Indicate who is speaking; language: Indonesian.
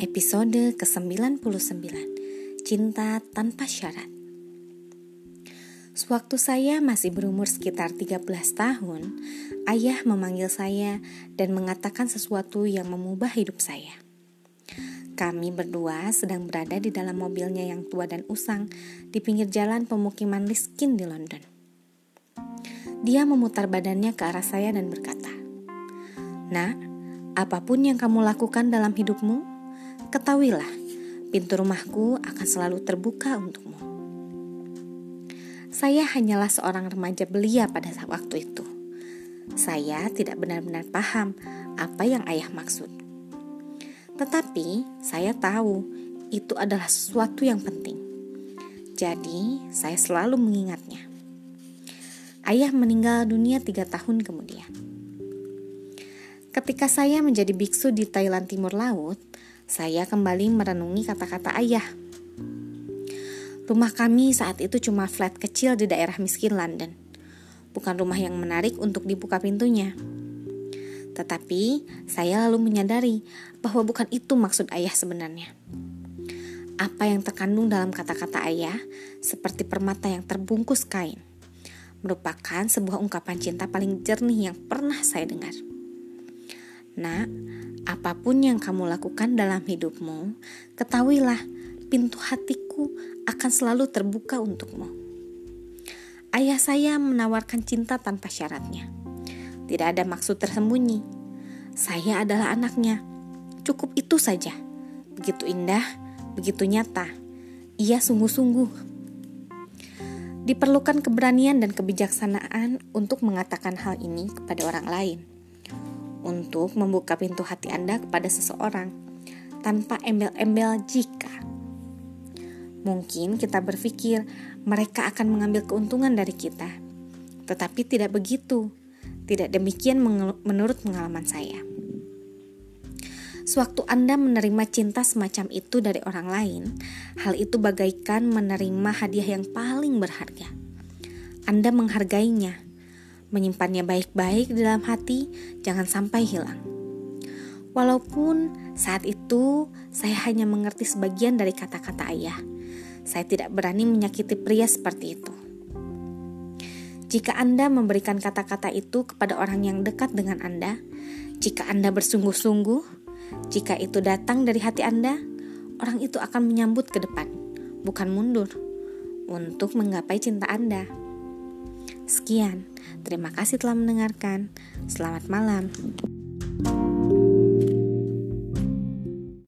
Speaker 1: Episode ke-99, Cinta Tanpa Syarat. Sewaktu saya masih berumur sekitar 13 tahun, ayah memanggil saya dan mengatakan sesuatu yang mengubah hidup saya. Kami berdua sedang berada di dalam mobilnya yang tua dan usang di pinggir jalan pemukiman miskin di London. Dia memutar badannya ke arah saya dan berkata, "Nak, apapun yang kamu lakukan dalam hidupmu, ketahuilah, pintu rumahku akan selalu terbuka untukmu." Saya hanyalah seorang remaja belia pada waktu itu. Saya tidak benar-benar paham apa yang ayah maksud. Tetapi saya tahu itu adalah sesuatu yang penting. Jadi saya selalu mengingatnya. Ayah meninggal dunia 3 tahun kemudian. Ketika saya menjadi biksu di Thailand Timur Laut, saya kembali merenungi kata-kata ayah. Rumah kami saat itu cuma flat kecil di daerah miskin London. Bukan rumah yang menarik untuk dibuka pintunya. Tetapi saya lalu menyadari bahwa bukan itu maksud ayah sebenarnya. Apa yang terkandung dalam kata-kata ayah, seperti permata yang terbungkus kain, merupakan sebuah ungkapan cinta paling jernih yang pernah saya dengar. Nak, apapun yang kamu lakukan dalam hidupmu, ketahuilah pintu hatiku akan selalu terbuka untukmu. Ayah saya menawarkan cinta tanpa syaratnya. Tidak ada maksud tersembunyi. Saya adalah anaknya. Cukup itu saja. Begitu indah, begitu nyata. Ia sungguh-sungguh. Diperlukan keberanian dan kebijaksanaan untuk mengatakan hal ini kepada orang lain. Untuk membuka pintu hati Anda kepada seseorang tanpa embel-embel jika. Mungkin kita berpikir mereka akan mengambil keuntungan dari kita. Tetapi tidak begitu. Tidak demikian menurut pengalaman saya. Sewaktu Anda menerima cinta semacam itu dari orang lain, hal itu bagaikan menerima hadiah yang paling berharga. Anda menghargainya, menyimpannya baik-baik di dalam hati, jangan sampai hilang. Walaupun saat itu saya hanya mengerti sebagian dari kata-kata ayah, saya tidak berani menyakiti pria seperti itu. Jika Anda memberikan kata-kata itu kepada orang yang dekat dengan Anda, jika Anda bersungguh-sungguh, jika itu datang dari hati Anda, orang itu akan menyambut ke depan, bukan mundur, untuk menggapai cinta Anda. Sekian, terima kasih telah mendengarkan. Selamat malam.